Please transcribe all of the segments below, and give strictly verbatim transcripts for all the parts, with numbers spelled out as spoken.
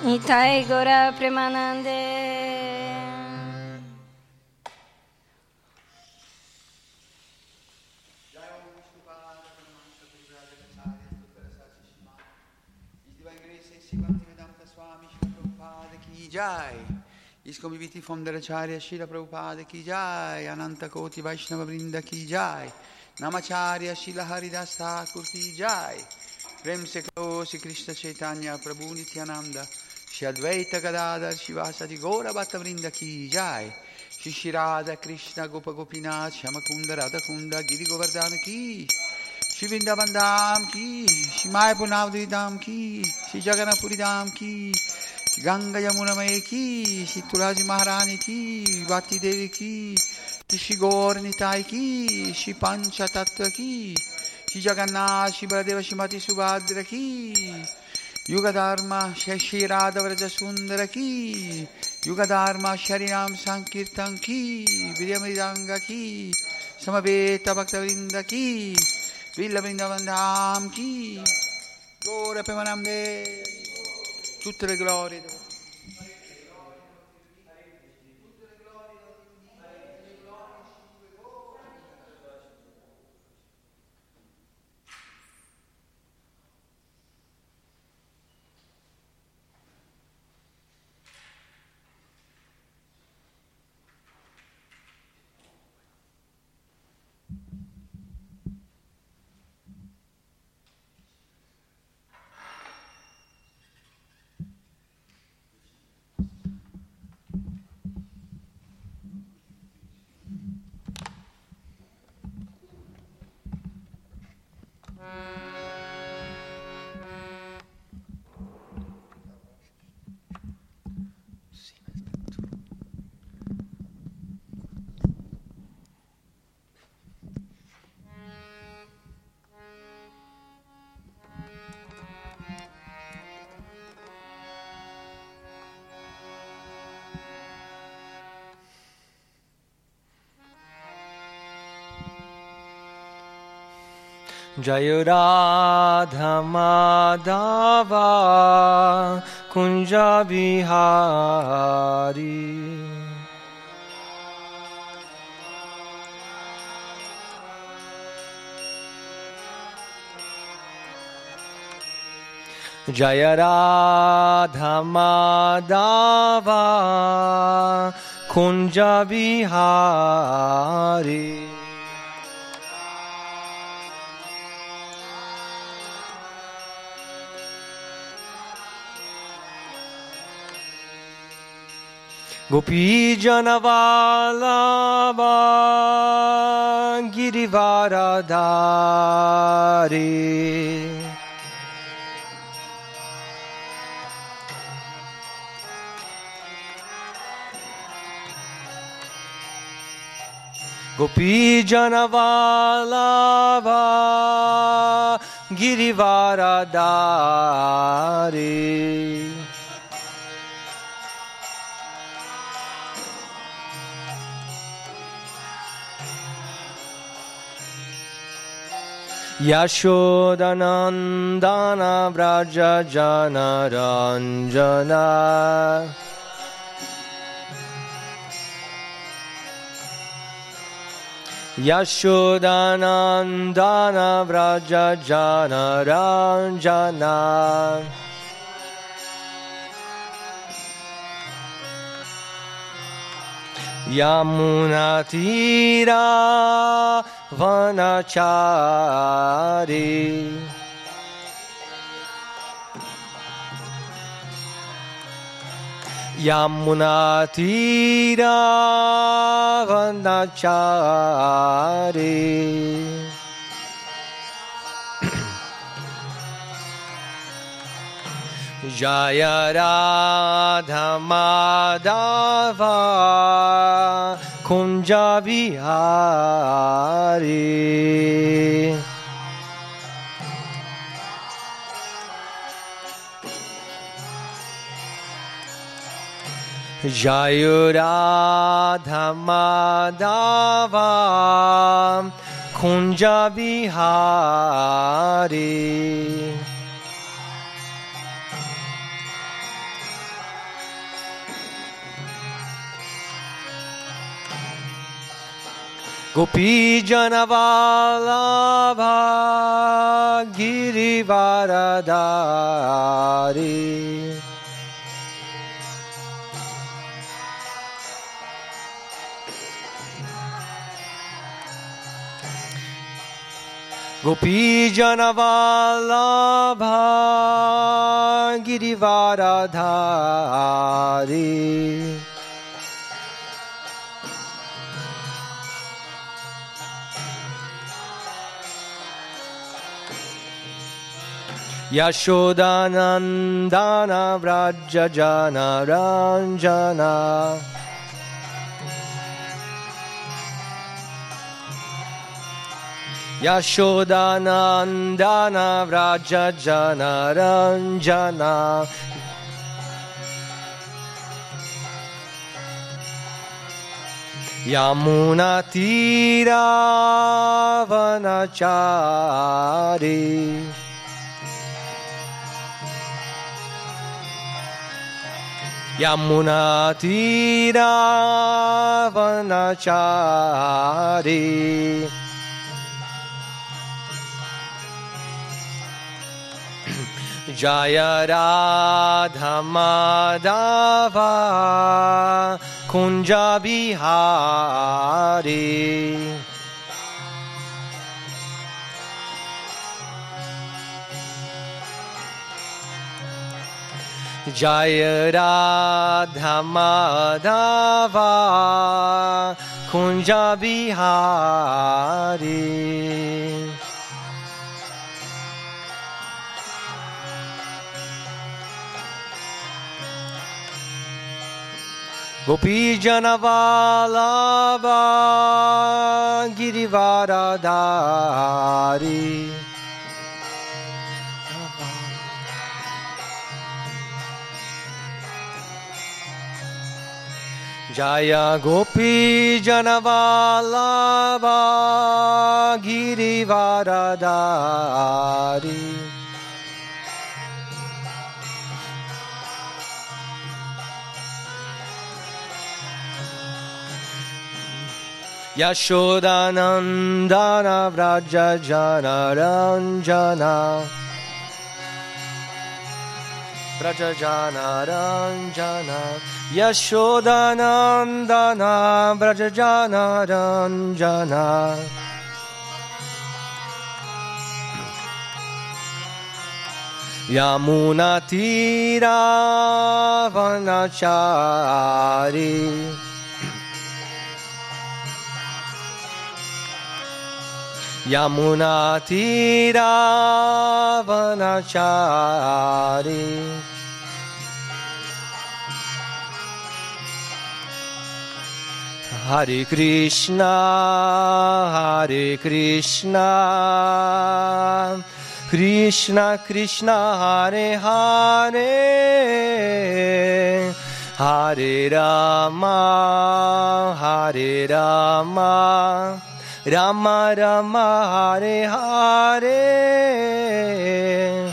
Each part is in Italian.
Nitai Gora Premanande. Jai Isko Viviti Fondaracharya Shila Prabhupada Ki Jai Ananta Koti Vaishnava Vrinda Ki Jai Namacharya Shila Haridas Thakur Ki Jai Prem Se Karo Si Krishna Chaitanya Prabhu Nityananda Shri Advaita Gadadhar Shivasati Gora Bhatta Vrinda Ki Jai Shri Shri Radha Krishna Gopa Gopinath Shamakunda Radha Kunda Giri Govardhana Ki Shri Vrindavan Dham Ki Shri Mayapur Navadvip Dham Ki Shri Jagannath Puri Dham Ki Ganga Yamuna Mai Ki, Shri Tulasi Maharani Ki, Bhakti Devi Ki, Shri Gaur Nitai Ki, Shri Pancha Tattva Ki, Shri Jagannath, Shri Baladeva, Shrimati Subhadra Ki, Yuga Dharma, Shri Radha Vraja Sundara Ki, Yuga Dharma, Shri Ram Sankirtan Ki, Vidyamridanga Ki, Samaveta Bhakta Vrinda Ki, Villa Vrindavan Dham Ki, Gora Premanande. Tutte le glorie. Jaya Radha Madhava Kunja Bihari Jaya Radha Madhava Kunja Bihari Gopi Janavalabha Girivaradhari Gopi Janavalabha Girivaradhari Yashodanandana Vraja Jana Ranjana Yashodanandana Vraja Jana Ranjana Yamunatira Vanachari Yamunatira Vanachari Jaya Radha Madhava Kunja Bihari Jaya Radha Madhava Kunja Bihari Gopi Janavalabha Girivaradari Gopi Janavalabha Girivaradari Yashodanandana Vrajajana Ranjana Yashodanandana Vrajajana Ranjana Yamuna Tira Vanachari Yamuna Tira Vanachari Jaya Radha Madhava Kunja Bihari Jaya Radha Madhava Kunja Bihari Gopi Janavalabha Girivaradari Jaya Gopi Janavalabha Girivaradari Yashodanandana Vrajajana Ranjana Vrajajana Ranjana Yashodanandana Vrajajana Ranjana Yamuna Tira Vanachari Yamuna Tira Vanachari Hare Krishna Hare Krishna Krishna Krishna Hare Hare Hare Rama Hare Rama Rama Rama Hare Hare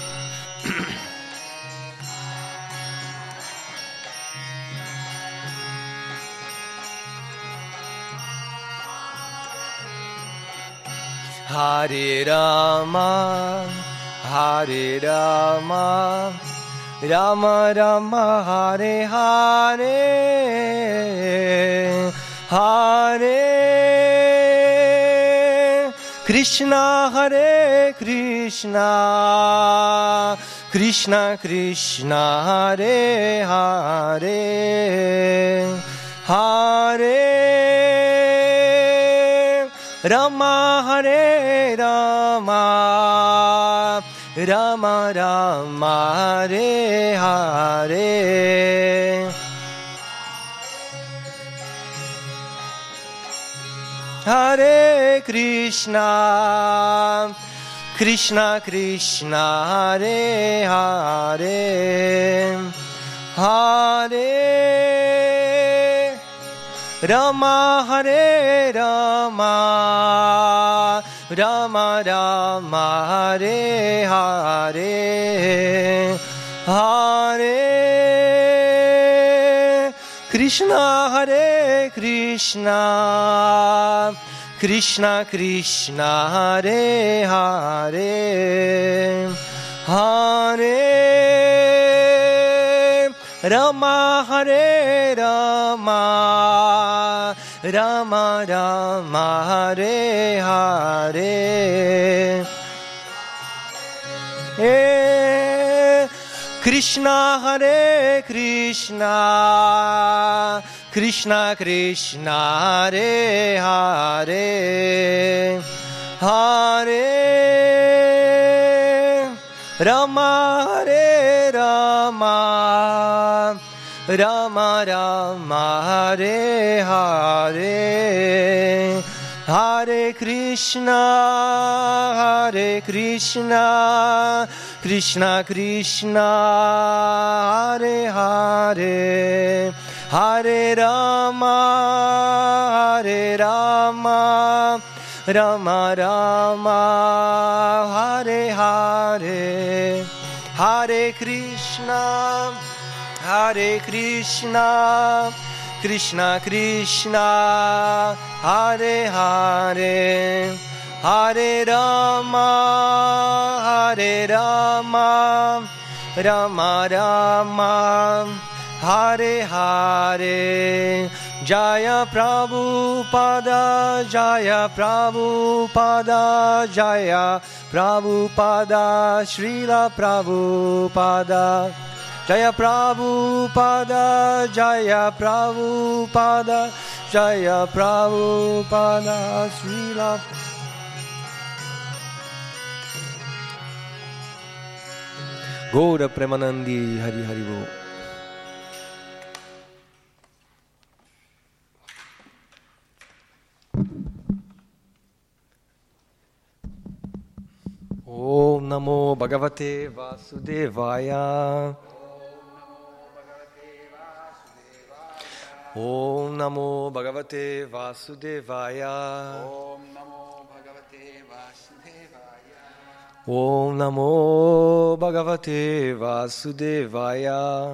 Hare Rama Hare Rama Rama Rama Hare Hare Hare Krishna Hare Krishna Krishna Krishna Hare Hare Hare Rama Hare Rama Rama Rama Hare Hare Hare Krishna Krishna Krishna Hare Hare Hare Rama Hare Rama Rama Rama Hare Hare Hare Krishna Hare Krishna Krishna Krishna Hare Hare Hare Rama Hare Rama Rama Rama Hare Hare Hey, Krishna Hare Krishna Krishna Krishna Hare Hare Hare Rama Hare Rama Rama Rama Hare Hare Hare Krishna Hare Krishna Krishna Krishna Hare Hare Hare Rama Hare Rama Rama Rama Hare Hare Hare Krishna Hare Krishna Krishna Krishna Hare Hare Hare Rama Hare Rama Rama Rama Hare Hare Jaya Prabhupada Jaya Prabhupada Jaya Prabhupada Srila Prabhupada Jaya Prabhupada Jaya Prabhupada Jaya Prabhupada Srila Gaura Premanandi Hari Hari Bo. Om Namo Bhagavate Vasudevaya. Om Namo Bhagavate Vasudevaya. Om Namo Bhagavate Vasudevaya. Om Namo Bhagavate Vasudevaya.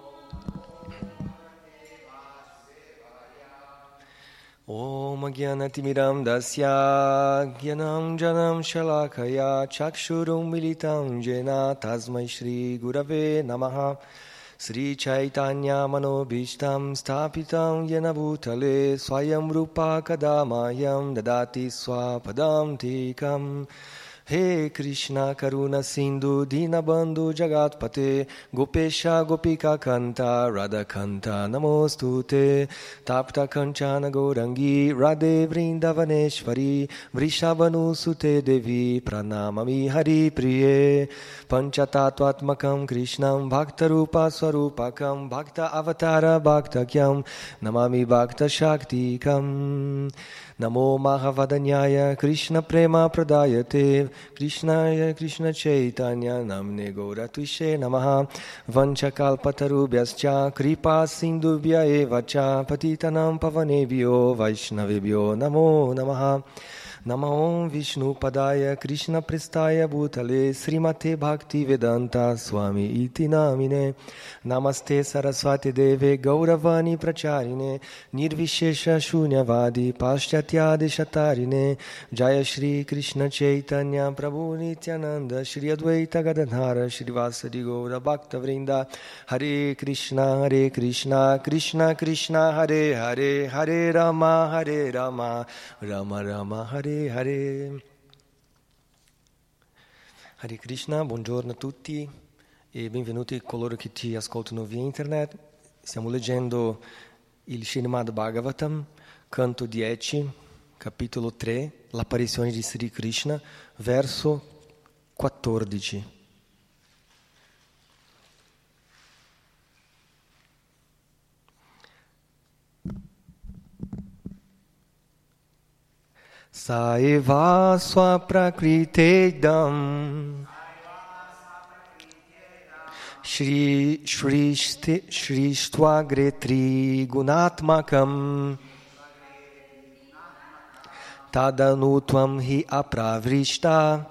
Om Jnanatimiram Dasya Jnanam Janam Shalakaya Chakshurum Militam Jena Tasmai Shri Gurave Namaha Sri Chaitanya Manobhishtam Stapitam Yena Bhutale Swayam Rupa Kadamayam Dadati Swapadam Tikam He Krishna Karuna Sindhu Dinabandhu Jagatpate Gopesha Gopika Kanta Radha Kanta Namostute Tapta Kanchana Gaurangi Radhe Vrindavaneshwari Vrishabhanu Sute Devi Pranamami Hari Priye Panchatatvatmakam Krishnam Bhaktarupa Swarupakam Bhakta Avatara Bhaktakyam Namami Bhakta Shaktikam Namo Mahavadanyaya Krishna Prema Pradayate Krishnaya Krishna Chaitanya Namne Gaura Tvishe Namaha Vanchakalpatarubhyascha Kripa Sindhubhya Evacha Patitanam Pavanebhyo Vaishnavebhyo Namo Namaha Namo Vishnu Padaya Krishna Prestaya Bhutale Srimate Bhakti Vedanta Swami Iti Namine Namaste Saraswati Deve Gauravani Pracharine Nirvishesha Shunyavadi Paschatya Shatarine Jaya Shri Krishna Chaitanya Prabhu Nityananda Shri Advaita Gadadhara Shri Vasadi Gaura Bhakta Vrinda Hare Krishna Hare Krishna Krishna Krishna Hare Hare Hare Rama Hare Rama Rama Rama Hare Hare Hare Krishna, buongiorno a tutti e benvenuti coloro che ci ascoltano via internet. Stiamo leggendo il Srimad Bhagavatam, canto dieci, capitolo tre, l'apparizione di Sri Krishna, verso quattordici. Saeva swaprakriteidam Shri Shri Shri Stvagretri Gunatmakam Tadanutvam hi apravrishta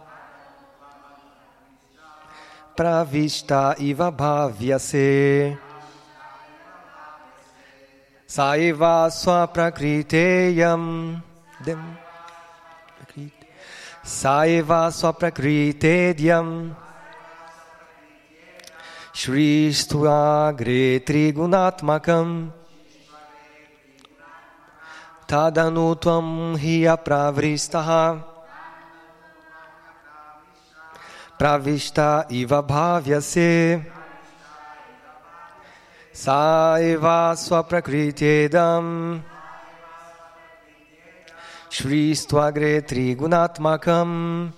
Pravishta iva bhavyase Saeva swaprakriteidam Dem Saeva Swaprakritedyam Shri Stvagre Trigunatmakam Tadanu Tvam Hiya Pravristaha Pravishta Iva Bhavyase Saeva Swaprakritedyam Shri Stvagre Trigunatmakam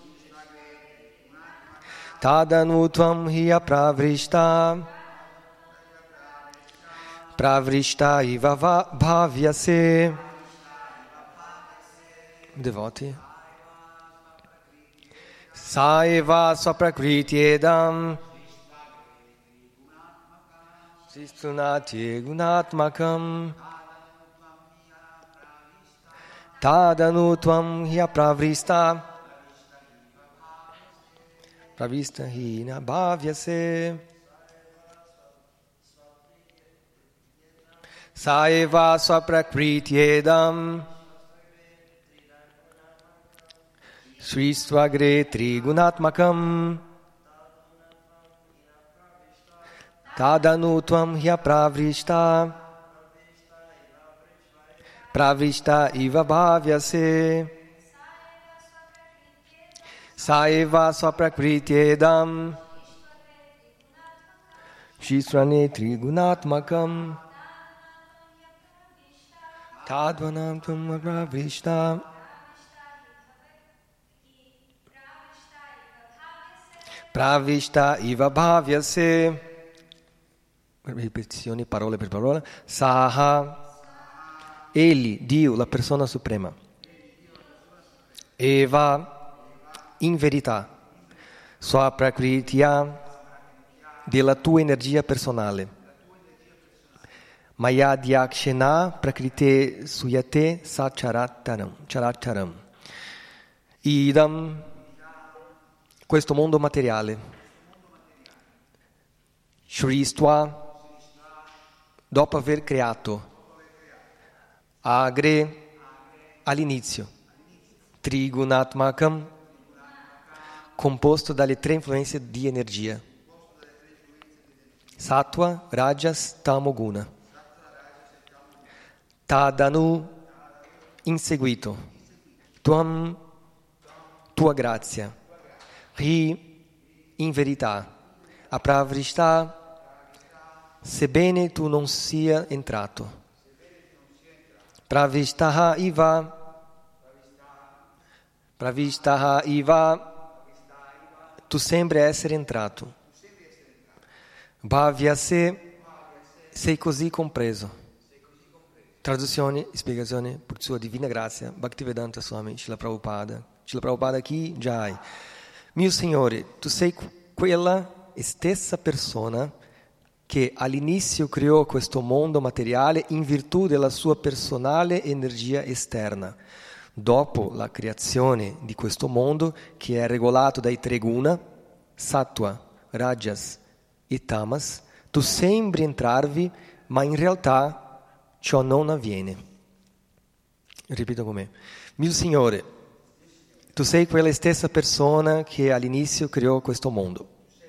Tadanu Tvam Hiya Pravrishta Pravrishta Iva Bhavyase. Devoti. Saeva Swaprakritedyam Sistunati Gunatmakam Tadanu Tvam Hiya Pravrista Pravista Hina Bhavyase Saeva Swaprakritedyam Shri Stvagre Trigunatmakam Tadanu Tvam Hiya Pravrishta Pravishta Iva Bhavyase Saeva Swaprakritedyam Shri Stvagre Trigunatmakam Tadvanam Tvam Pravrishta Pravishta Iva Bhavyase. Ripetizioni, parole per parola. Saha, Egli, Dio, la persona suprema. Eva, in verità. Swaprakritiya, della tua energia personale. Maya Dyakshena Prakrite Suyate Sacharataram. Charataram. Idam, questo mondo materiale. Shristva, dopo aver creato. Agre, all'inizio. Trigunatmakam, composto dalle tre influenze di energia. Sattva, Rajas, Tamoguna. Tadanu, in seguito. Tuam, tua grazia. Hi, in verità. Apravrishta, sebbene tu non sia entrato. Pravishtaha iva, Pravishtaha iva, tu sembri essere entrato. Bhavyase, sei così compreso. Traduzione e spiegazione per sua divina grazia, Bhaktivedanta Swami Srila Prabhupada. Srila Prabhupada Ki Jai. Mio Signore, tu sei quella stessa persona che all'inizio creò questo mondo materiale in virtù della sua personale energia esterna. Dopo la creazione di questo mondo, che è regolato dai tre guna, Sattva, Rajas e Tamas, tu sembri entrarvi, ma in realtà ciò non avviene. Ripeto con me. Mio Signore, tu sei quella stessa persona che all'inizio creò questo mondo.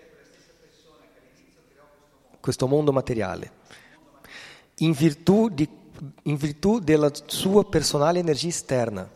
Questo mondo materiale. In virtù, di, in virtù della sua personale energia esterna.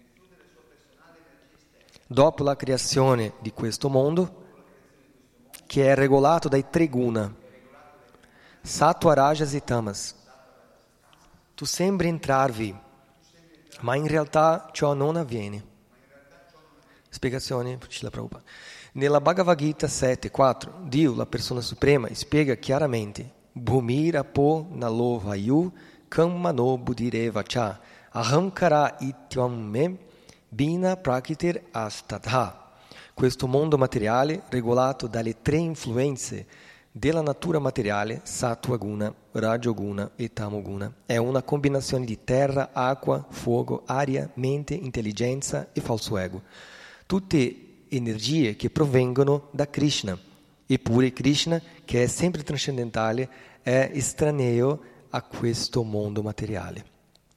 Dopo la creazione di questo mondo, che è regolato dai tre guna, Sattva, Rajas e Tamas, tu sembri entrarvi, ma in realtà ciò non avviene. Spiegazione, Srila Prabhupada. Nella Bhagavad Gita sette quattro, Dio, la persona suprema, spiega chiaramente: Bhumira po nalo vayu kammano buddhireva cha ahamkara ityam me bina prakitir astatha. Questo mondo materiale, regolato dalle tre influenze della natura materiale, Sattva Guna, Rajoguna e Tamoguna, è una combinazione di terra, acqua, fuoco, aria, mente, intelligenza e falso ego. Tutte energie che provengono da Krishna, eppure Krishna, che è sempre trascendentale, è estraneo a questo mondo materiale.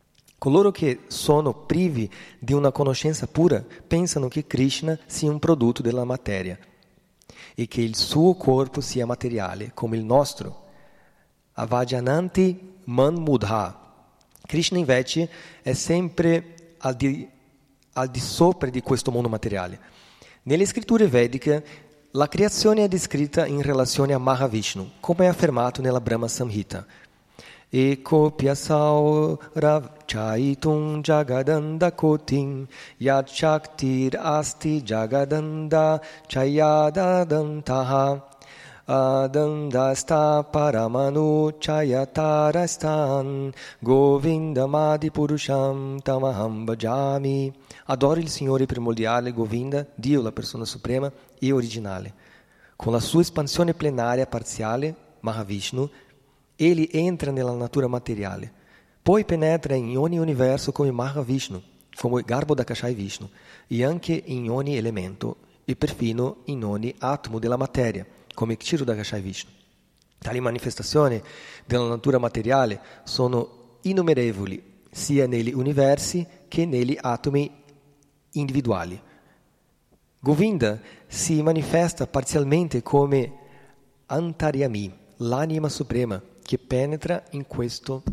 Coloro che sono privi di una conoscenza pura pensano che Krishna sia un prodotto della materia e che il suo corpo sia materiale come il nostro. Avajananti man mudha. Krishna invece è sempre al di, al di sopra di questo mondo materiale. Nelle scritture vediche la creazione è descritta in relazione a Mahavishnu, come è affermato nella Brahma Samhita. Eko pyasaura chaitum jagadanda kotim yad shaktir asti jagadanda chayadadantaha adandasta paramanu chayatarastan govindamadi purusham tamaham bhajami. Adoro il Signore primordiale Govinda, Dio la persona suprema e originale. Con la sua espansione plenaria parziale, Mahavishnu, Ele entra nella natura materiale, poi penetra in ogni universo come Mahavishnu, come Garbhodakashai Vishnu, e anche in ogni elemento e perfino in ogni atomo della materia, come Kshirodakashai Vishnu. Tali manifestazioni della natura materiale sono innumerevoli, sia negli universi che negli atomi individuali. Govinda si manifesta parzialmente come Antaryami, l'anima suprema, che penetra in questo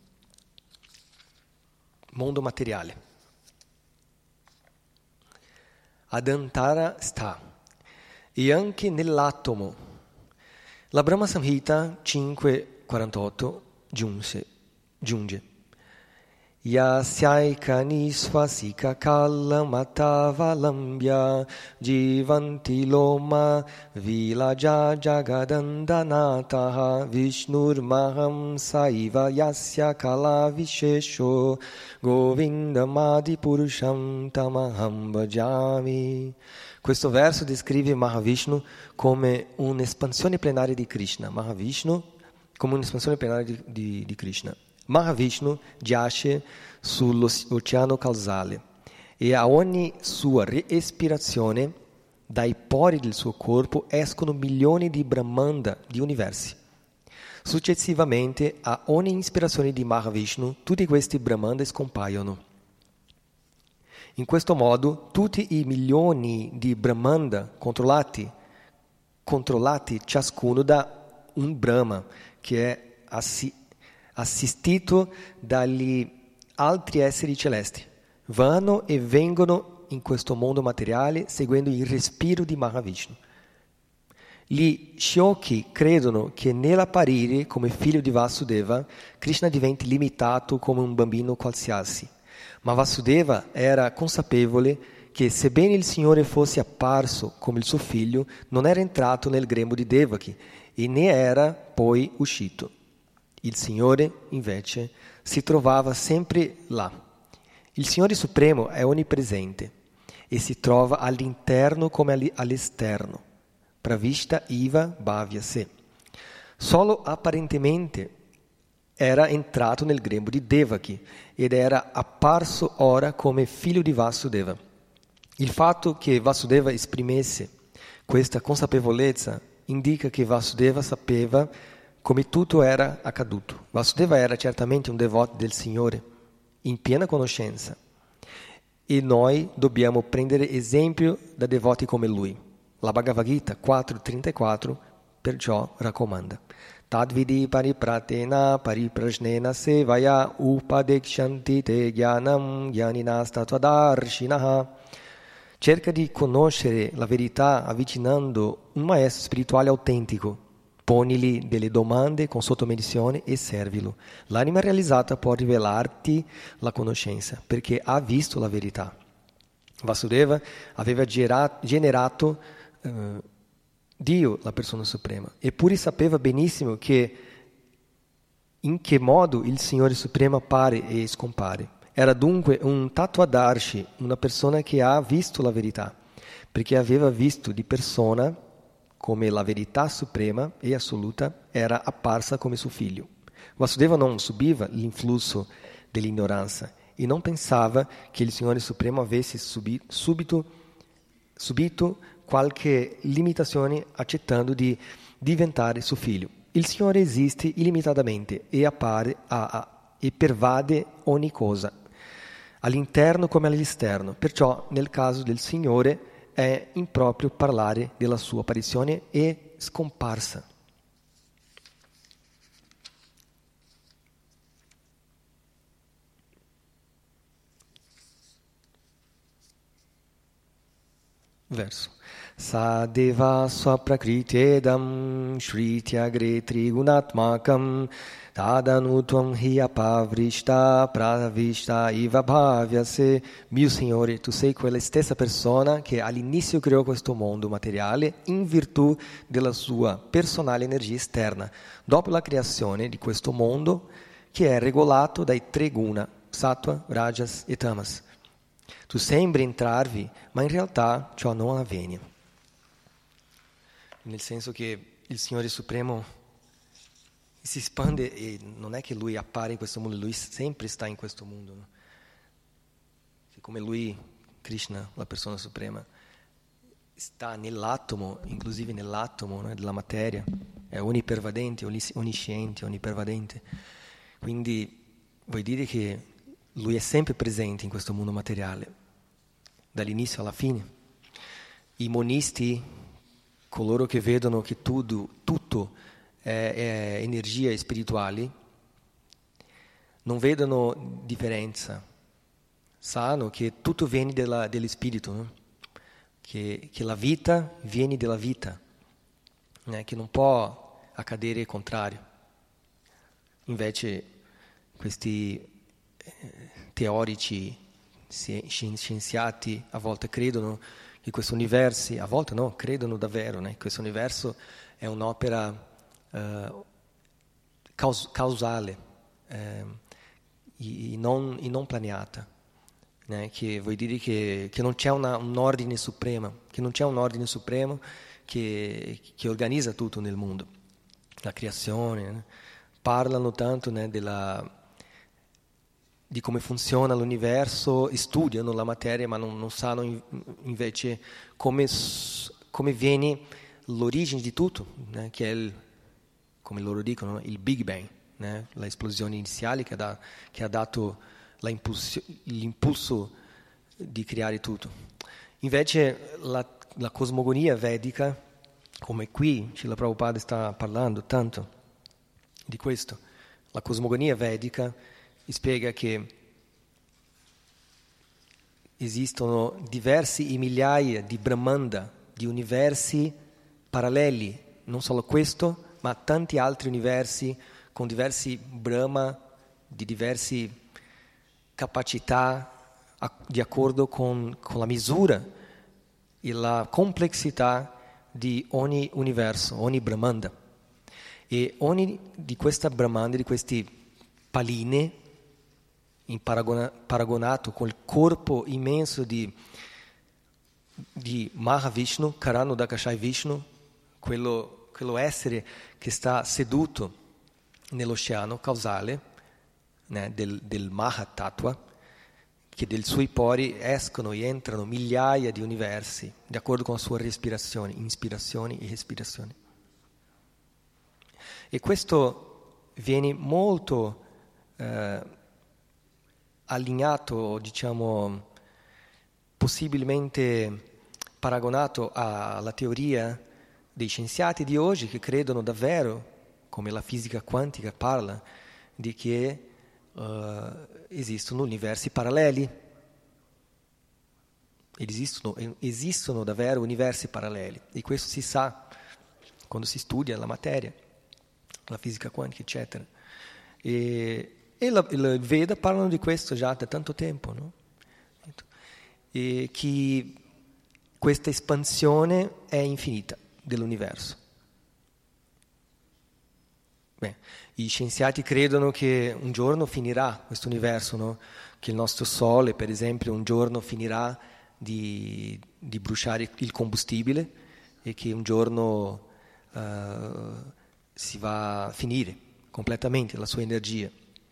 mondo materiale. Adantara sta, e anche nell'atomo. La Brahma Samhita cinque quarantotto giunge, giunge. Yasyaika nisvasika kallam atavalambya jivanti loma vilaja jagadandanataha vishnurmaham saiva yasya kala vishesho govindamadi purusham tamaham bhajami. Questo verso descrive Mahavishnu come un'espansione plenaria di Krishna. Mahavishnu come un'espansione plenaria di, di, di Krishna. Mahavishnu giace sull'oceano causale e a ogni sua respirazione dai pori del suo corpo escono milioni di Brahmanda, di universi. Successivamente a ogni ispirazione di Mahavishnu tutti questi Brahmanda scompaiono. In questo modo tutti i milioni di Brahmanda controllati, controllati ciascuno da un Brahma che è assi, assistito dagli altri esseri celesti, vanno e vengono in questo mondo materiale seguendo il respiro di Mahavishnu. Gli sciocchi credono che nell'apparire come figlio di Vasudeva, Krishna diventi limitato come un bambino qualsiasi. Ma Vasudeva era consapevole che, sebbene il Signore fosse apparso come il suo figlio, non era entrato nel grembo di Devaki e ne era poi uscito. Il Signore, invece, si trovava sempre là. Il Signore Supremo è onnipresente e si trova all'interno come all'esterno. Pravishta iva bhavya se. Solo apparentemente era entrato nel grembo di Devaki ed era apparso ora come figlio di Vasudeva. Il fatto che Vasudeva esprimesse questa consapevolezza indica che Vasudeva sapeva come tutto era accaduto. Vasudeva era certamente un devoto del Signore, in piena conoscenza, e noi dobbiamo prendere esempio da devoti come lui. La Bhagavad Gita quattro trentaquattro perciò raccomanda: Tadvidi paripratena pariprajnena sevaya upadekshanti te jnanam jnaninastatvadarshinaha. Cerca di conoscere la verità avvicinando un maestro spirituale autentico. Ponigli delle domande con sottomissione e servilo. L'anima realizzata può rivelarti la conoscenza perché ha visto la verità. Vasudeva aveva gerato, generato eh, Dio, la persona suprema, eppure sapeva benissimo che in che modo il Signore Supremo appare e scompare. Era dunque un Tattvadarshi, una persona che ha visto la verità, perché aveva visto di persona come la verità suprema e assoluta era apparsa come suo figlio. Vasudeva non subiva l'influsso dell'ignoranza e non pensava che il Signore Supremo avesse subi, subito, subito qualche limitazione accettando di diventare suo figlio. Il Signore esiste illimitatamente e appare a, a, e pervade ogni cosa, all'interno come all'esterno. Perciò nel caso del Signore è improprio parlare della sua apparizione e scomparsa. Verso. Sadeva swaprakriti-edam shrityagre trigunatmakam tadanutvam hi apavrishta pravishta iva bhavyase. Mio Signore, tu sei quella stessa persona che all'inizio creò questo mondo materiale in virtù della sua personale energia esterna, dopo la creazione di questo mondo che è regolato dai tre guna, sattva, rajas e tamas. Tu sembri entrarvi, ma in realtà ciò non avviene. Nel senso che il Signore Supremo si espande e non è che Lui appare in questo mondo, Lui sempre sta in questo mondo. No? Come Lui, Krishna, la persona suprema, sta nell'atomo, inclusive nell'atomo, no? della materia, è onnipervadente, onnisciente, onnipervadente. Quindi vuol dire che Lui è sempre presente in questo mondo materiale, dall'inizio alla fine. I monisti, coloro che vedono che tutto, tutto è, è energia spirituale, non vedono differenza, sanno che tutto viene della, dello spirito, no? che, che la vita viene dalla vita, né? Che non può accadere il contrario. Invece questi teorici, scienziati a volte credono che questo universo, a volte no, credono davvero, né? Questo universo è un'opera eh, caus- causale eh, e non, e non planeata, né? Che vuol dire che, che non c'è una, un ordine supremo, che non c'è un ordine supremo che, che organizza tutto nel mondo, la creazione, né? Parlano tanto, né, della di come funziona l'universo, studiano la materia, ma non, non sanno in, invece come, come viene l'origine di tutto, né? Che è, il, come loro dicono, il Big Bang, né? L'esplosione iniziale che ha, da, che ha dato la impulsio, l'impulso di creare tutto. Invece la, la cosmogonia vedica, come qui Srila Prabhupada sta parlando tanto di questo, la cosmogonia vedica spiega che esistono diversi migliaia di Brahmanda, di universi paralleli, non solo questo, ma tanti altri universi con diversi Brahma, di diverse capacità, di accordo con, con la misura e la complessità di ogni universo, ogni Brahmanda. E ogni di questa Brahmanda, di questi paline, in paragona, paragonato col corpo immenso di, di Mahavishnu, Karanodakashai Vishnu, quello, quello essere che sta seduto nell'oceano causale, né, del, del Mahatattva, che dai suoi pori escono e entrano migliaia di universi, di accordo con la sua respirazione, ispirazioni e respirazioni. E questo viene molto eh, allineato, diciamo, possibilmente paragonato alla teoria dei scienziati di oggi che credono davvero, come la fisica quantica parla, di che uh, esistono universi paralleli. Esistono, esistono davvero universi paralleli e questo si sa quando si studia la materia, la fisica quantica, eccetera. E E la, il Veda parlano di questo già da tanto tempo, no? E che questa espansione è infinita dell'universo. Beh, gli scienziati credono che un giorno finirà questo universo, no? Che il nostro Sole, per esempio, un giorno finirà di, di bruciare il combustibile e che un giorno uh, si va a finire completamente la sua energia.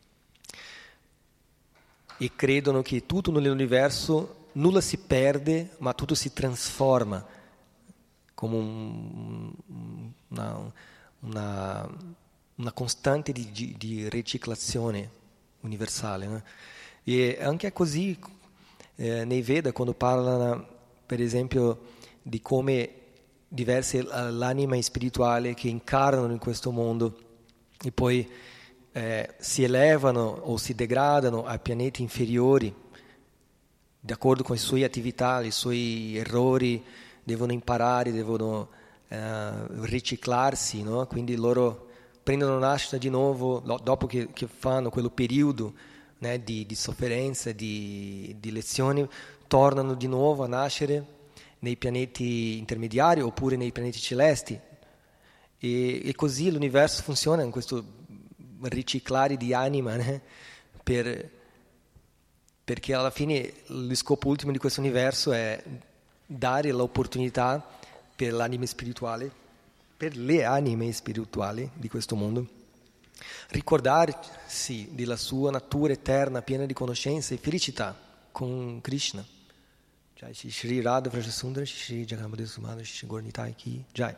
E credono che tutto nell'universo nulla si perde, ma tutto si trasforma come un, una, una, una costante di, di riciclazione universale, no? E anche così eh, nei Veda, quando parlano per esempio di come diverse l'anima spirituale che incarnano in questo mondo e poi eh, si elevano o si degradano a pianeti inferiori di accordo con le sue attività, i suoi errori, devono imparare, devono eh, riciclarsi, no? Quindi loro prendono nascita di nuovo dopo che, che fanno quello periodo, né, di, di sofferenza, di, di lezioni, tornano di nuovo a nascere nei pianeti intermediari oppure nei pianeti celesti. E, e così l'universo funziona in questo riciclare di anima, né? per, perché alla fine lo scopo ultimo di questo universo è dare l'opportunità per l'anima spirituale, per le anime spirituali di questo mondo, ricordarsi della sua natura eterna, piena di conoscenza e felicità con Krishna. Jai Shri Radha Vraja Sundara Shri Jagannatha Sumana Shri Gornitai Ki Jai.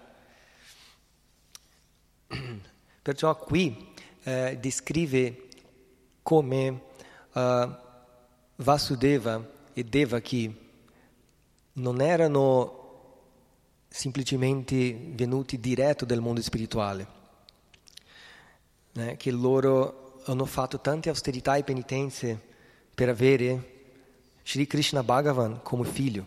Perciò qui eh, descrive come uh, Vasudeva e Devaki non erano semplicemente venuti diretto dal mondo spirituale, eh, che loro hanno fatto tante austerità e penitenze per avere Shri Krishna Bhagavan come figlio.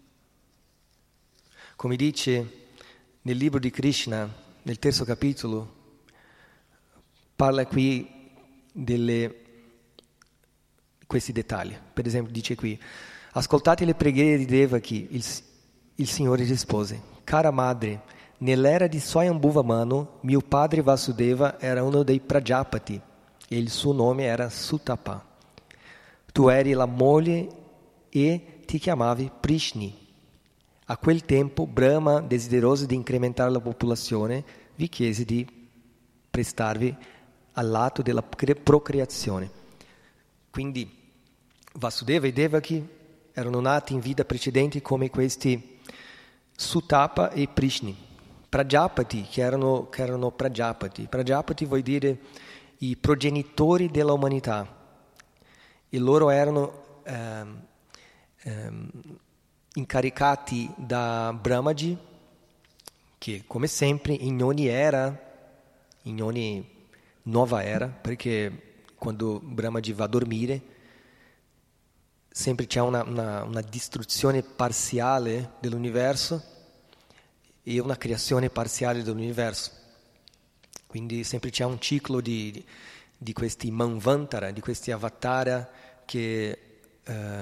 Come dice nel libro di Krishna, nel terzo capitolo, parla qui delle questi dettagli. Per esempio dice qui: ascoltate le preghiere di Devaki, il, il Signore rispose: cara madre, nell'era di Swayambhuva mio padre Vasudeva era uno dei Prajapati e il suo nome era Sutapa. Tu eri la moglie e ti chiamavi Prishni. A quel tempo Brahma, desideroso di incrementare la popolazione, vi chiese di prestarvi all'atto della procreazione. Quindi Vasudeva e Devaki erano nati in vita precedenti come questi Sutapa e Prishni. Prajapati, che erano, che erano Prajapati. Prajapati vuol dire i progenitori della umanità. E loro erano ehm, ehm, incaricati da Brahmaji, che come sempre in ogni era, in ogni nuova era, perché quando Brahmaji va a dormire sempre c'è una, una, una distruzione parziale dell'universo e una creazione parziale dell'universo. Quindi sempre c'è un ciclo di, di, di questi manvantara, di questi avatara che eh,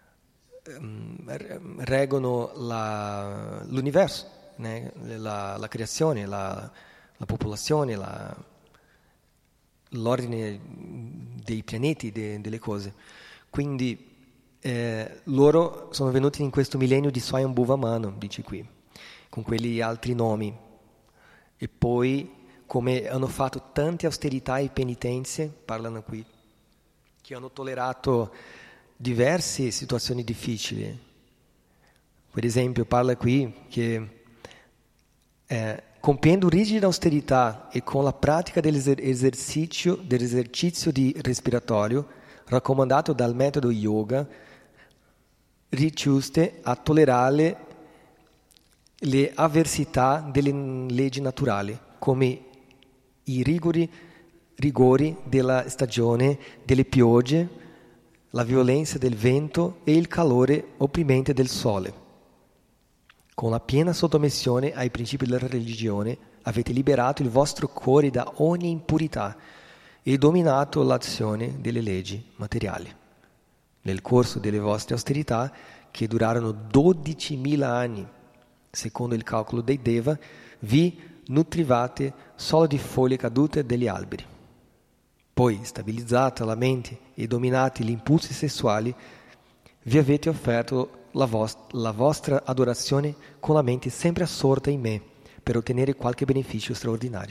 reggono la, l'universo, né? la, la creazione, la, la popolazione, la, l'ordine dei pianeti, de, delle cose. Quindi eh, loro sono venuti in questo millennio di Swayambhuva, dice qui, con quegli altri nomi. E poi, come hanno fatto tante austerità e penitenze, parlano qui, che hanno tollerato diverse situazioni difficili. Per esempio, parla qui che eh, compiendo rigida austerità e con la pratica dell'esercizio, dell'esercizio di respiratorio raccomandato dal metodo yoga, riusciste a tollerare le avversità delle leggi naturali, come i rigori, rigori della stagione, delle piogge, la violenza del vento e il calore opprimente del sole. Con la piena sottomissione ai principi della religione avete liberato il vostro cuore da ogni impurità e dominato l'azione delle leggi materiali. Nel corso delle vostre austerità, che durarono dodicimila anni, secondo il calcolo dei Deva, vi nutrivate solo di foglie cadute degli alberi. Poi, stabilizzata la mente e dominati gli impulsi sessuali, vi avete offerto la, vost- la vostra adorazione con la mente sempre assorta in me per ottenere qualche beneficio straordinario.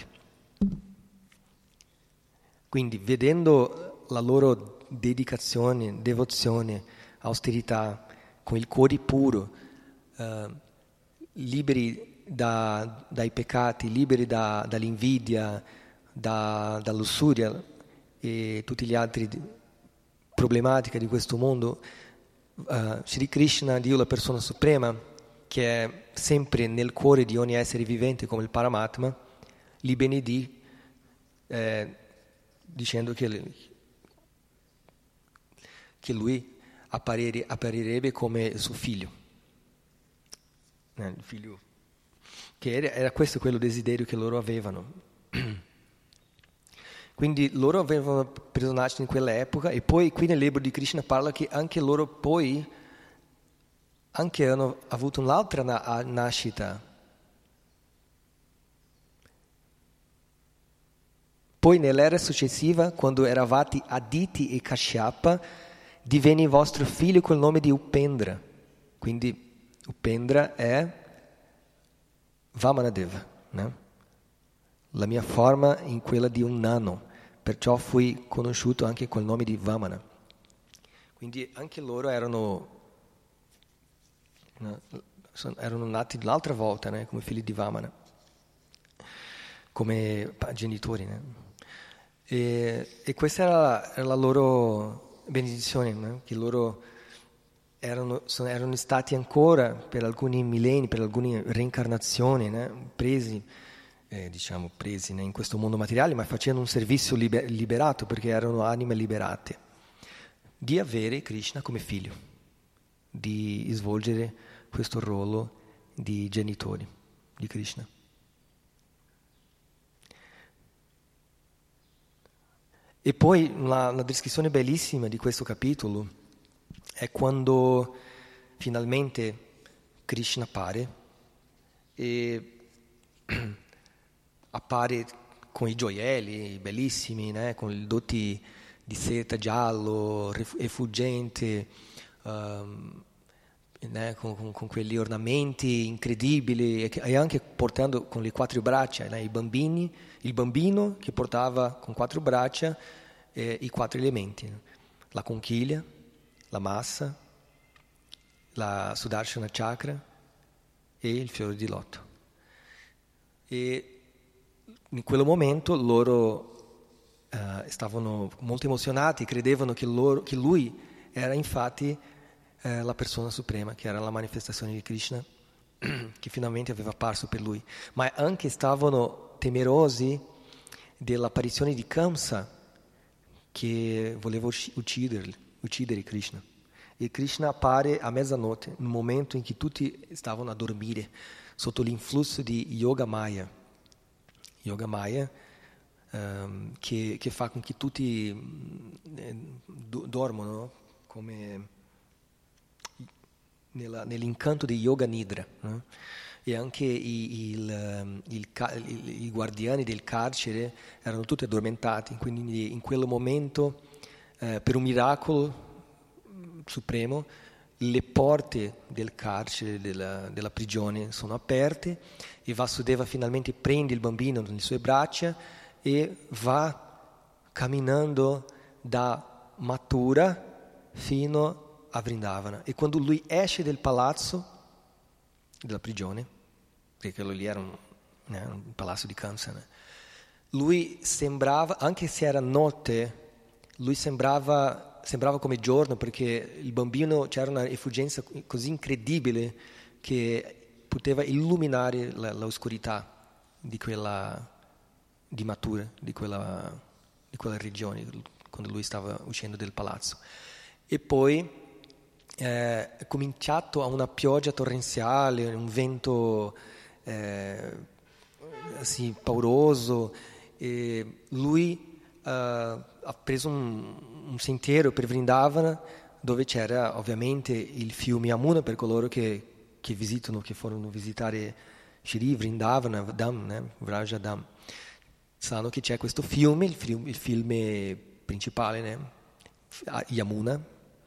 Quindi, vedendo la loro dedicazione, devozione, austerità, con il cuore puro, eh, liberi da, dai peccati, liberi da, dall'invidia, da, dalla lussuria e tutti gli altri problematiche di questo mondo, uh, Sri Krishna, Dio la persona suprema, che è sempre nel cuore di ogni essere vivente come il Paramatma, li benedì eh, dicendo che, che lui apparire, apparirebbe come suo figlio. Eh, il figlio. Che era, era questo quello desiderio che loro avevano. Quindi loro avevano preso nascita in quell'epoca, e poi qui nel libro di Krishna parla che anche loro poi anche hanno avuto un'altra na- nascita. Poi nell'era successiva, quando eravate Aditi e Kashyapa, divenne vostro figlio col nome di Upendra. Quindi Upendra è Vamanadeva, no? La mia forma in quella di un nano, perciò fui conosciuto anche col nome di Vamana. Quindi anche loro erano, no, erano nati l'altra volta, né, come figli di Vamana, come genitori. Né? E, e questa era la, era la loro benedizione, né? Che loro erano, sono, erano stati ancora per alcuni millenni, per alcune reincarnazioni, né, presi. Eh, diciamo presi né, in questo mondo materiale, ma facendo un servizio liber- liberato, perché erano anime liberate, di avere Krishna come figlio, di svolgere questo ruolo di genitori di Krishna. E poi una, una descrizione bellissima di questo capitolo è quando finalmente Krishna appare e appare con i gioielli bellissimi, né? Con i dotti di seta giallo, effulgente, um, né? con, con, con quegli ornamenti incredibili, e, e anche portando con le quattro braccia, né? I bambini, il bambino che portava con quattro braccia eh, i quattro elementi, né? La conchiglia, la massa, la Sudarshana Chakra e il fiore di loto. E in quel momento loro uh, stavano molto emozionati, credevano che, loro, che lui era infatti uh, la persona suprema, che era la manifestazione di Krishna, che finalmente aveva apparso per lui. Ma anche stavano temerosi dell'apparizione di Kamsa, che voleva uccidere, uccidere Krishna. E Krishna appare a mezzanotte, nel momento in cui tutti stavano a dormire, sotto l'influsso di Yoga Maya. Yoga Maya, um, che, che fa con che tutti eh, do, dormono come nella, nell'incanto di Yoga Nidra. No? E anche i, il, il, il, i guardiani del carcere erano tutti addormentati, quindi in quel momento, eh, per un miracolo supremo, le porte del carcere, della, della prigione sono aperte e Vasudeva finalmente prende il bambino nelle sue braccia e va camminando da Mathura fino a Vrindavana. E quando lui esce del palazzo, della prigione, perché quello lì era un, eh, un palazzo di Kamsa, né? Lui sembrava, anche se era notte, lui sembrava... sembrava come giorno, perché il bambino, c'era una effulgenza così incredibile che poteva illuminare la, l'oscurità di quella di Mathura, di quella, di quella regione, quando lui stava uscendo del palazzo. E poi eh, è cominciato a una pioggia torrenziale, un vento eh, assim, pauroso, e lui Uh, ha preso un, un sentiero per Vrindavana, dove c'era ovviamente il fiume Yamuna, per coloro che, che visitano, che furono a visitare Shri Vrindavana, Dham, né? Vraja Dham. Sanno che c'è questo fiume, il fiume, il fiume principale, né? Yamuna,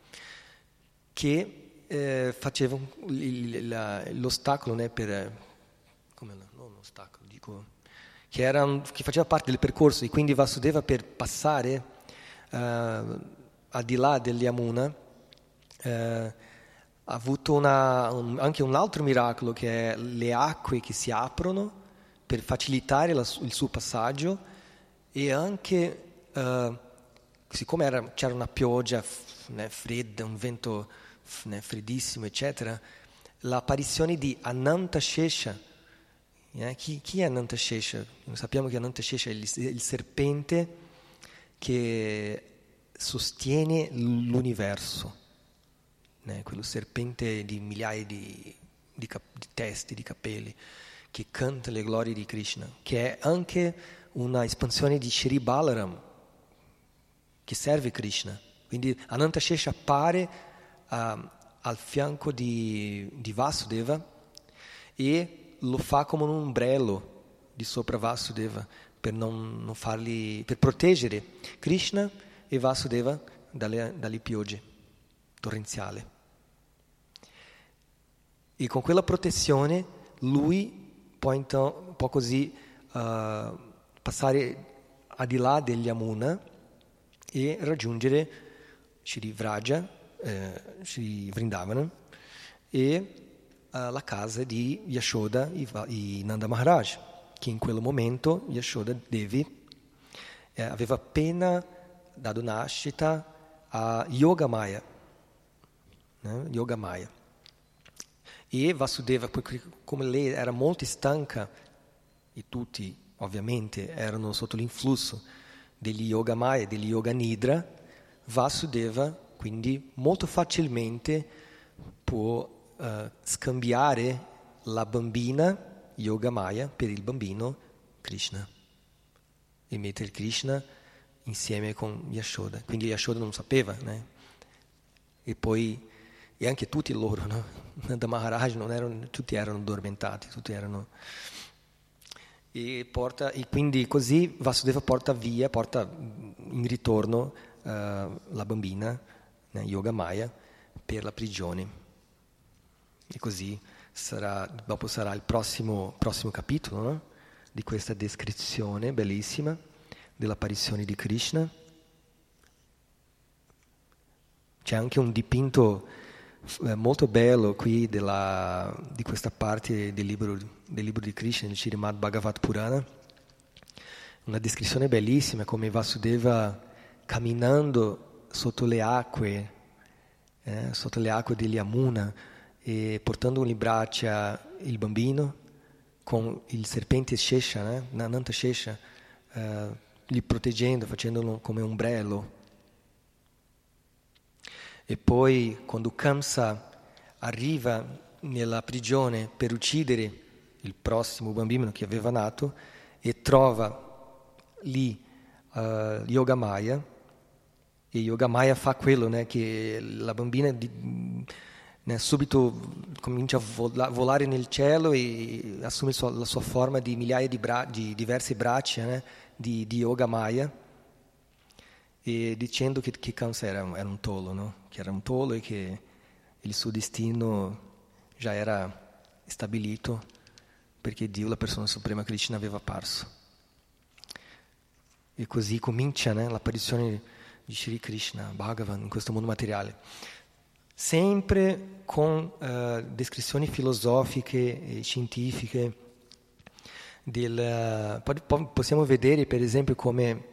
che eh, faceva il, la, l'ostacolo, né? Per, come non ostacolo, dico... Che, era un, che faceva parte del percorso, e quindi Vasudeva, per passare uh, al di là del Yamuna, uh, ha avuto una, un, anche un altro miracolo, che è le acque che si aprono per facilitare la, il suo passaggio, e anche uh, siccome era, c'era una pioggia né, fredda, un vento né, freddissimo, eccetera, l'apparizione di Anantashesha. Eh, chi, chi è Anantashesha? Sappiamo che Anantashesha è il, il serpente che sostiene l'universo, eh, quello serpente di migliaia di, di, cap, di testi, di capelli, che canta le glorie di Krishna, che è anche una espansione di Shri Balaram, che serve Krishna. Quindi Anantashesha appare uh, al fianco di, di Vasudeva e lo fa come un ombrello di sopra Vasudeva per, non, non farli, per proteggere Krishna e Vasudeva dalle, dalle piogge torrenziali. E con quella protezione lui può, então, può così uh, passare al di là degli Yamuna e raggiungere Shri Vraja, eh, Shri Vrindavana e uh, la casa di Yashoda e Nanda Maharaj, che in quel momento Yashoda Devi eh, aveva appena dato nascita a Yogamaya, eh, Yogamaya. E Vasudeva, come lei era molto stanca, e tutti ovviamente erano sotto l'influsso degli Yogamaya e degli Yoga Nidra, Vasudeva quindi molto facilmente può uh, scambiare la bambina Yogamaya per il bambino Krishna e mettere Krishna insieme con Yashoda. Quindi Yashoda non sapeva, né? E poi e anche tutti loro, no? Nanda Maharaj non erano, tutti erano addormentati, tutti erano e porta e quindi così Vasudeva porta via, porta in ritorno uh, la bambina, né, Yogamaya, per la prigione. E così sarà, dopo sarà il prossimo, prossimo capitolo, no? Di questa descrizione bellissima dell'apparizione di Krishna. C'è anche un dipinto eh, molto bello qui della, di questa parte del libro, del libro di Krishna, del Srimad Bhagavat Purana. Una descrizione bellissima come Vasudeva camminando sotto le acque, eh, sotto le acque degli Yamuna e portando in braccia il bambino con il serpente Shesha, eh, Ananta Shesha, eh, li proteggendo, facendolo come ombrello. E poi quando Kamsa arriva nella prigione per uccidere il prossimo bambino che aveva nato e trova lì uh, Yogamaya, e Yogamaya fa quello, né, che la bambina di, né, subito comincia a vola, volare nel cielo e assume sua, la sua forma di migliaia di, bra- di diverse braccia, né, di, di Yogamaya, e dicendo che, che Kamsa era, era un tolo, no? Che era un tolo e che il suo destino già era stabilito perché Dio, la persona suprema Krishna, aveva apparso. E così comincia, né, l'apparizione di Shri Krishna, Bhagavan, in questo mondo materiale. Sempre con uh, descrizioni filosofiche e scientifiche. Del, uh, possiamo vedere, per esempio, come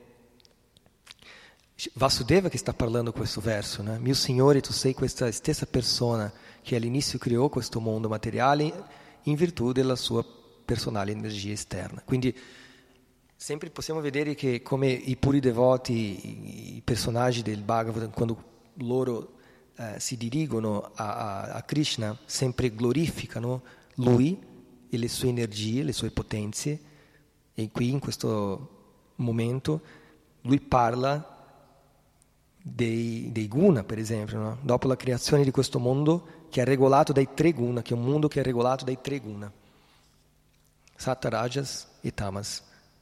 Vasudeva che sta parlando questo verso, né? Mio Signore, tu sei questa stessa persona che all'inizio creò questo mondo materiale in virtù della sua personale energia esterna. Quindi sempre possiamo vedere che come i puri devoti, i personaggi del Bhagavatam, quando loro eh, si dirigono a, a, a Krishna, sempre glorificano Lui e le sue energie, le sue potenze. E qui in questo momento Lui parla Dei, dei guna, per esempio, no? Dopo la creazione di questo mondo che è regolato dai tre guna, che è un mondo che è regolato dai tre guna, Sattva, Rajas e Tamas,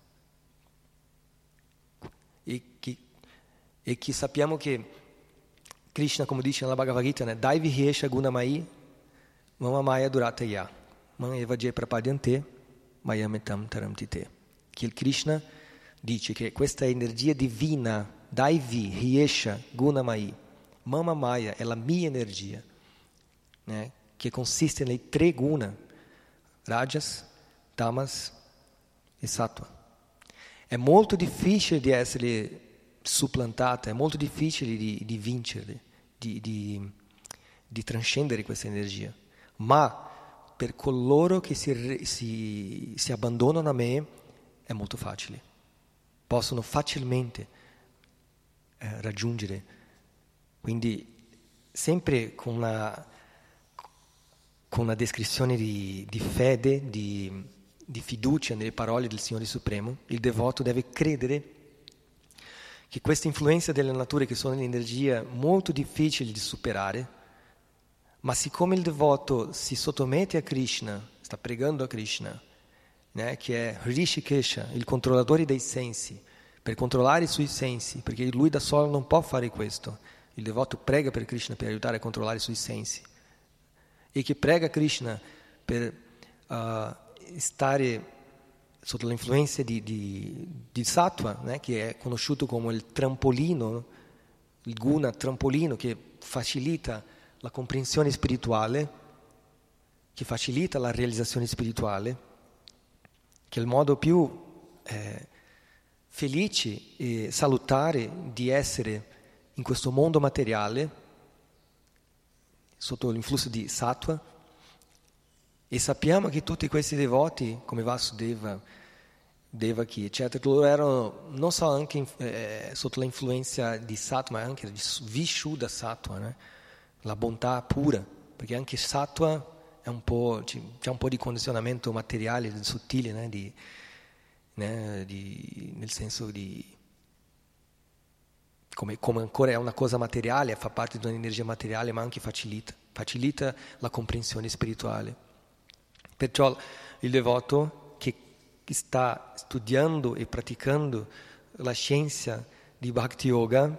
e che, e che sappiamo che Krishna, come dice nella Bhagavad Gita, né? Daivi Hiesha Gunamai Mama Maya Durataya Man Eva Je Prapadyante Mayametam Taramtite, che il Krishna dice che questa energia divina Daivi, Hiesha, Gunamai, Mama Maya è la mia energia, né, che consiste nei tre guna, Rajas, Tamas e Sattva. È molto difficile di essere supplantata, è molto difficile di, di vincere, di, di, di trascendere questa energia. Ma per coloro che si, si, si abbandonano a me è molto facile. Possono facilmente eh, raggiungere. Quindi sempre con una, con una descrizione di, di fede, di, di fiducia nelle parole del Signore Supremo, il devoto deve credere che queste influenze delle nature, che sono l'energia molto difficili di superare, ma siccome il devoto si sottomette a Krishna, sta pregando a Krishna, né, che è Hrishikesha, il controllatore dei sensi, per controllare i suoi sensi, perché lui da solo non può fare questo. Il devoto prega per Krishna per aiutare a controllare i suoi sensi. E che prega Krishna per uh, stare sotto l'influenza di, di, di Sattva, né, che è conosciuto come il trampolino, il guna trampolino, che facilita la comprensione spirituale, che facilita la realizzazione spirituale, che è il modo più eh, felice e salutare di essere in questo mondo materiale, sotto l'influsso di Sattva. E sappiamo che tutti questi devoti, come Vasudeva, Devaki, eccetera, loro erano non solo anche eh, sotto l'influenza di Sattva, ma anche di Vishuddha Sattva, né? La bontà pura, perché anche Sattva è un po', c'è un po' di condizionamento materiale, sottile, né? Di, né? Di, nel senso di come, come ancora è una cosa materiale, fa parte di un'energia materiale, ma anche facilita, facilita la comprensione spirituale. Perciò il devoto che sta studiando e praticando la scienza di Bhakti Yoga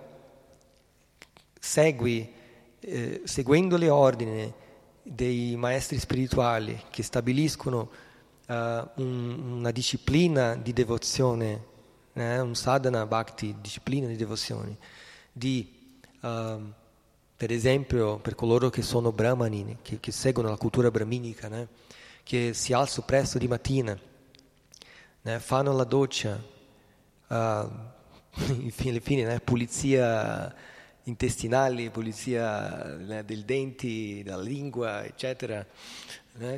segue, eh, seguendo le ordini dei maestri spirituali che stabiliscono uh, un, una disciplina di devozione, eh, un sadhana bhakti, disciplina di devozione, di, uh, per esempio, per coloro che sono brahmani, che, che seguono la cultura brahminica, né? Che si alzano presto di mattina, né? Fanno la doccia, uh, infine, fine, né? Pulizia intestinale, pulizia, né? Dei denti, della lingua, eccetera, né?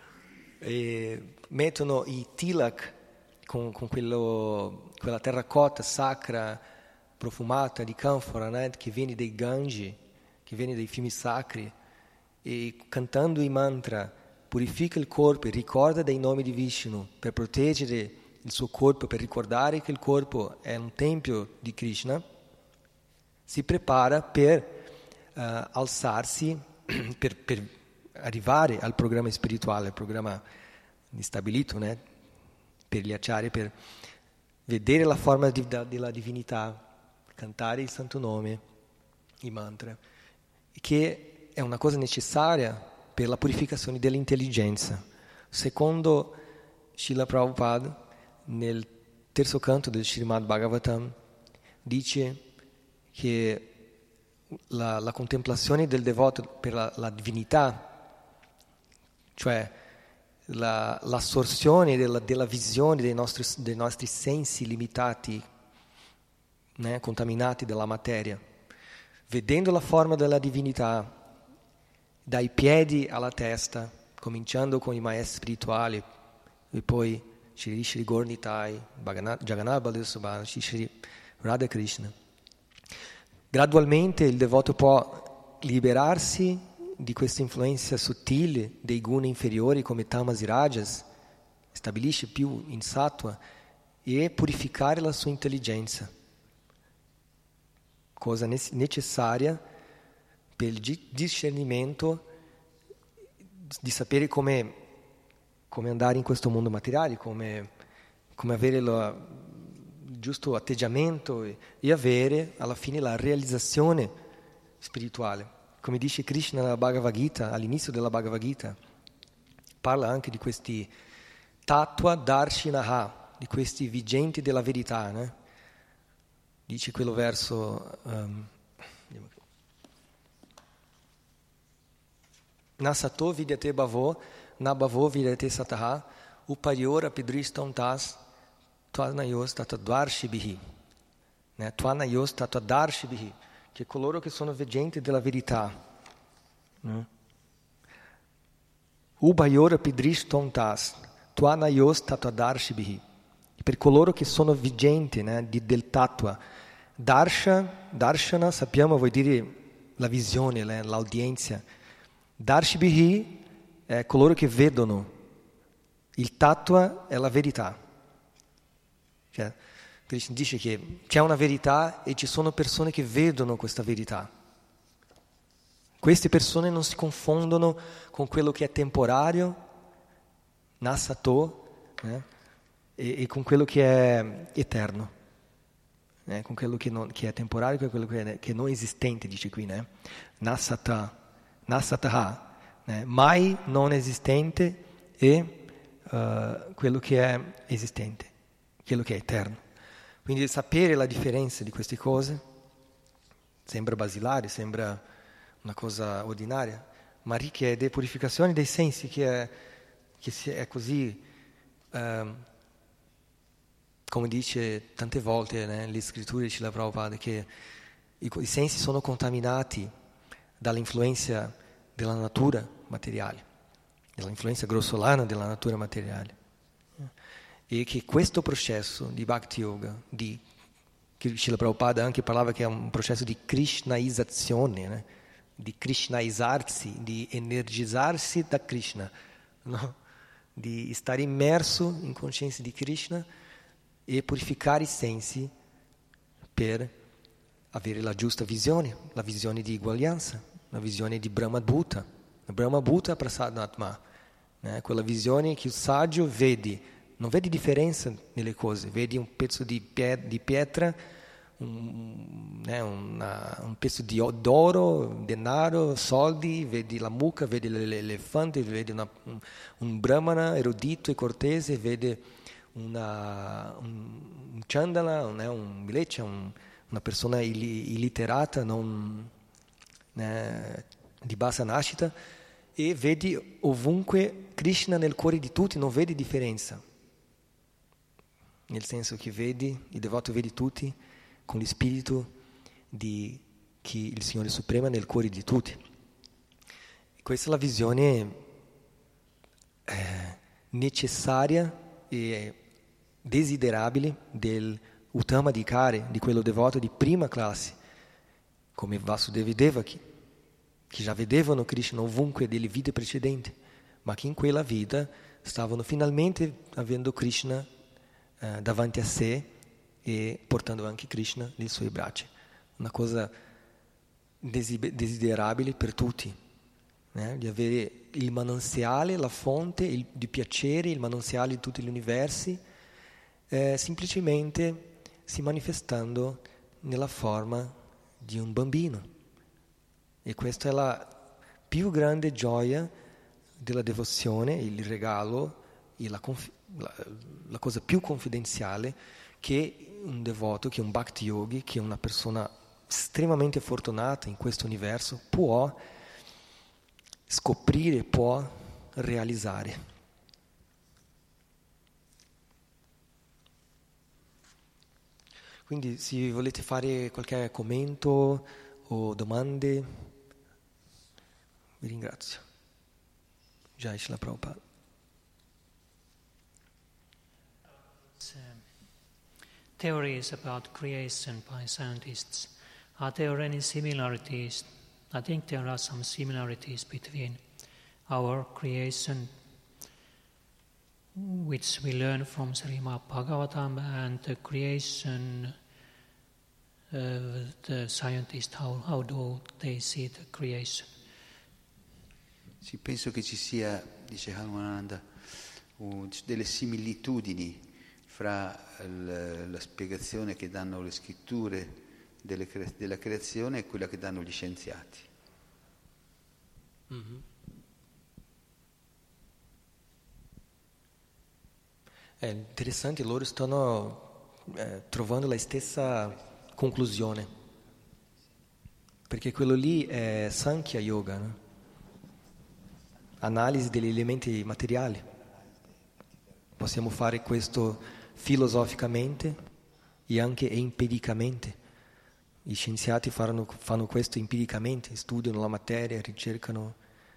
E mettono i tilak con, con quello, quella terracotta sacra profumata di canfora, né? Che viene dai Gangi, che viene dai fiumi sacri, e cantando i mantra purifica il corpo e ricorda dei nomi di Vishnu per proteggere il suo corpo, per ricordare che il corpo è un tempio di Krishna, si prepara per uh, alzarsi, per, per arrivare al programma spirituale, al programma stabilito, né? Per gli acciari, per vedere la forma di, da, della divinità, cantare il santo nome, i mantra, che è una cosa necessaria per la purificazione dell'intelligenza. Secondo Srila Prabhupada, nel terzo canto del Srimad Bhagavatam, dice che la, la contemplazione del devoto per la, la divinità, cioè la, l'assorzione della, della visione dei nostri, dei nostri sensi limitati, né, contaminati dalla materia, vedendo la forma della divinità, dai piedi alla testa, cominciando con i maestri spirituali, e poi Shri Shri Gornitai, Jagannath Baladev Subhadra, Shri Radha Krishna. Gradualmente il devoto può liberarsi di questa influenza sottile dei guna inferiori come tamas e rajas, stabilisce più in sattva, e purificare la sua intelligenza, cosa necessaria per il discernimento di sapere come, come andare in questo mondo materiale, come, come avere il giusto atteggiamento e, e avere alla fine la realizzazione spirituale. Come dice Krishna nella Bhagavad Gita, all'inizio della Bhagavad Gita, parla anche di questi tattva darshinaha, di questi vigenti della verità, né? Dice quello verso um, na sato vidyate bhavo, na bhavo vidyate sataha, upariora pidristam tas tvanayos tatadvarshibhihi. né? Tvanayos tatvadarshibhi, che coloro che sono veggenti della verità. Né? Ubhayor pidrishtontas, tvanayos tatvadarshibhi, per coloro che sono veggenti, né, di, del tattva. Darsha, darshana, sappiamo, vuol dire la visione, l'audienza. Darshibhi è coloro che vedono. Il tattva è la verità. Cioè, Krishna dice che c'è una verità e ci sono persone che vedono questa verità. Queste persone non si confondono con quello che è temporaneo, nasato, eh, e, e con quello che è eterno, eh, con quello che, non, che è temporaneo e quello che è, che è non esistente, dice qui, né? Nasata, nasataha, eh, mai non esistente e uh, quello che è esistente, quello che è eterno. Quindi sapere la differenza di queste cose sembra basilare, sembra una cosa ordinaria, ma richiede purificazione dei sensi, che è, che è così, um, come dice tante volte, né, le scritture di Srila Prabhupada, che i, i sensi sono contaminati dall'influenza della natura materiale, dall'influenza grossolana della natura materiale. E che questo processo di Bhakti Yoga, di, che Srila Prabhupada anche parlava che è un processo di krishnaizzazione, né? Di krishnaizzarsi, di energizzarsi da Krishna, no? Di stare immerso in coscienza di Krishna e purificare i sensi per avere la giusta visione, la visione di eguaglianza, la visione di Brahma-bhuta, Brahma-bhuta prasadatma, né? Quella visione che il saggio vede. Non vedi differenza nelle cose, vedi un pezzo di pietra, un, eh, una, un pezzo di d'oro, denaro, soldi, vedi la mucca, vedi l'elefante, vedi una, un, un brahmana erudito e cortese, vedi una, un, un chandala, un, un bileccia, un, una persona illiterata, non, eh, di bassa nascita, e vedi ovunque Krishna nel cuore di tutti, non vedi differenza. Nel senso che vedi, il devoto vedi tutti con lo spirito di chi il Signore Supremo è nel cuore di tutti. E questa è la visione eh, necessaria e desiderabile del Uttama Adhikari, di quello devoto di prima classe, come Vasudeva e Devaki, che già vedevano Krishna ovunque delle vite precedenti, ma che in quella vita stavano finalmente avendo Krishna davanti a sé e portando anche Krishna nei suoi bracci. Una cosa desiderabile per tutti, eh? Di avere il mananziale, la fonte il, di piacere, il mananziale di tutti gli universi, eh, semplicemente si manifestando nella forma di un bambino. E questa è la più grande gioia della devozione, il regalo e la confidenza. La, la cosa più confidenziale che un devoto, che un bhakti yogi, che una persona estremamente fortunata in questo universo può scoprire, può realizzare. Quindi se volete fare qualche commento o domande, vi ringrazio. Jai Srila Prabhupada. Theories about creation by scientists. Are there any similarities? I think there are some similarities between our creation, which we learn from Srimad Bhagavatam, and the creation of uh, the scientists. How, how do they see the creation? Sì, penso che ci sia, dice Hanumananda, delle similitudini fra la spiegazione che danno le scritture delle cre- della creazione e quella che danno gli scienziati. Mm-hmm. È interessante, loro stanno eh, trovando la stessa conclusione, perché quello lì è Sankhya Yoga, no? Analisi degli elementi materiali. Possiamo fare questo filosoficamente e anche empiricamente. Gli scienziati fanno, fanno questo empiricamente, studiano la materia, ricercano.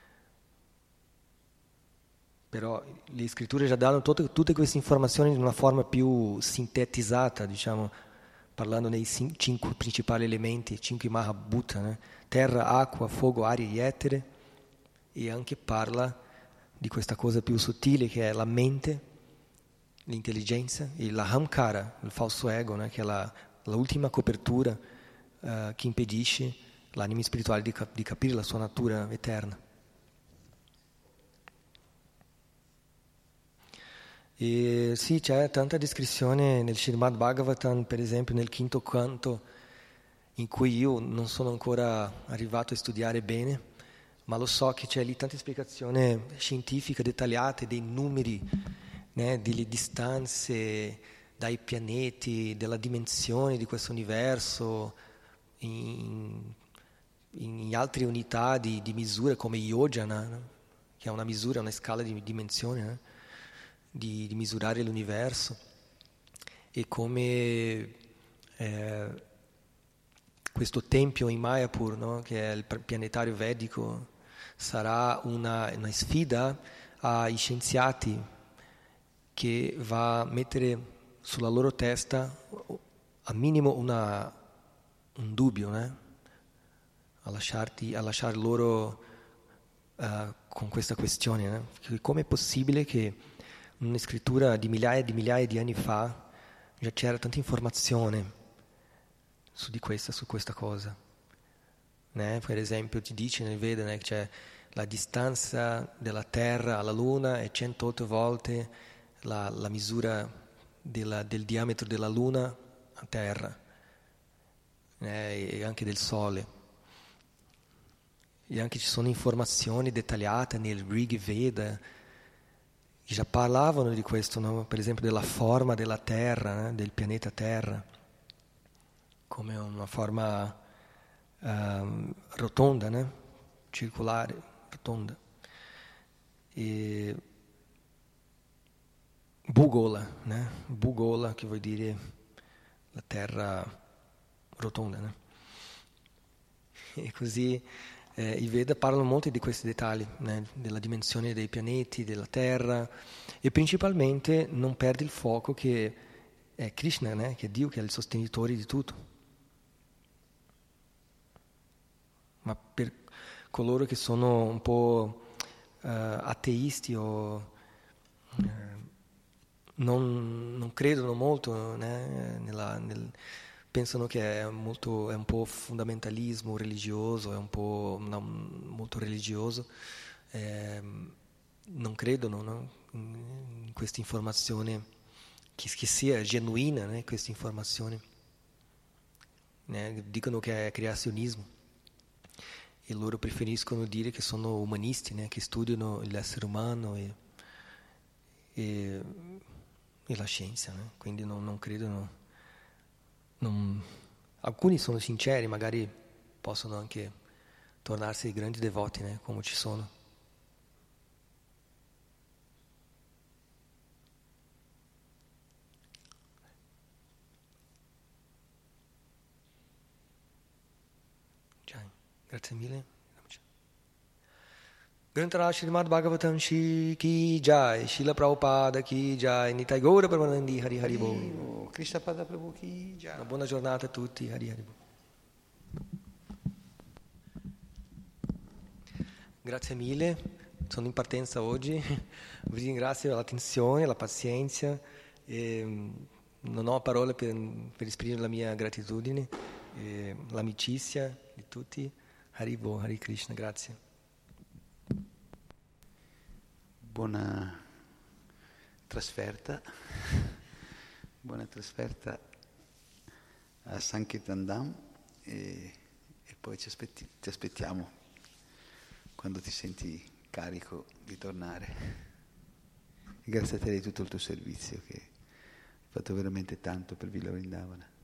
Però le scritture già danno tutte, tutte queste informazioni in una forma più sintetizzata, diciamo, parlando dei cinque principali elementi, cinque Mahabhuta, né? Terra, acqua, fuoco, aria e etere, e anche parla di questa cosa più sottile che è la mente, l'intelligenza, e l'ahamkara, il falso ego, né? Che è la, l'ultima copertura uh, che impedisce l'anima spirituale di, cap- di capire la sua natura eterna. E sì, c'è tanta descrizione nel Srimad Bhagavatam, per esempio nel quinto canto, in cui io non sono ancora arrivato a studiare bene, ma lo so che c'è lì tanta spiegazione scientifica dettagliata dei numeri, né, delle distanze dai pianeti, della dimensione di questo universo, in, in altre unità di, di misura come Yojana, no? Che è una misura, una scala di dimensioni, né? Di, di misurare l'universo, e come eh, questo tempio in Mayapur, no, che è il pianetario vedico, sarà una, una sfida ai scienziati che va a mettere sulla loro testa a minimo una, un dubbio, né? a, lasciarti, a lasciar loro uh, con questa questione, né? Come è possibile che una scrittura di migliaia e di migliaia di anni fa già c'era tanta informazione su di questa, su questa cosa, né? Per esempio ti dice nel Veda, né, che c'è la distanza della Terra alla Luna è centotto volte la, la misura della, del diametro della Luna a Terra, né, e anche del Sole. E anche ci sono informazioni dettagliate nel Rig Veda che già parlavano di questo, no? Per esempio della forma della Terra, né? Del pianeta Terra, come una forma um, rotonda, né? Circolare, rotonda. E Bhugola, né? Bhugola, che vuol dire la Terra rotonda, né? E così Eh, i Veda parlano molto di questi dettagli, né? Della dimensione dei pianeti, della Terra, e principalmente non perde il fuoco che è Krishna, né? Che è Dio, che è il sostenitore di tutto. Ma per coloro che sono un po' uh, ateisti o uh, non, non credono molto, né? Nella, nel, pensano che è, molto, è un po' fondamentalismo religioso, è un po' no, molto religioso, eh, non credono, no? in questa informazione, che, che sia genuina, né? Questa informazione, né? Dicono che è creazionismo, e loro preferiscono dire che sono umanisti, né? Che studiano l'essere umano e, e, e la scienza, né? Quindi non, non credono. Non, alcuni sono sinceri, magari possono anche tornarsi grandi devoti, né, come ci sono. Grazie mille. Grantara Srimad Bhagavatam Shri Ki Jai, Srila Prabhupada Ki Jai, Nitai Gaura Pramanandi, Hari Hari Bo. Krishna Pada Prabhu Ki Jai. Una buona giornata a tutti, Hari Hari Bo. Grazie mille, sono in partenza oggi, vi ringrazio l'attenzione, la pazienza, e non ho parole per, per esprimere la mia gratitudine, e l'amicizia di tutti. Hari Bo, Hari Krishna, grazie. Buona trasferta, buona trasferta a Sankirtan Dham, e, e poi ci, aspetti, ti aspettiamo quando ti senti carico di tornare. E grazie a te di tutto il tuo servizio, che hai fatto veramente tanto per Villa Vrindavana.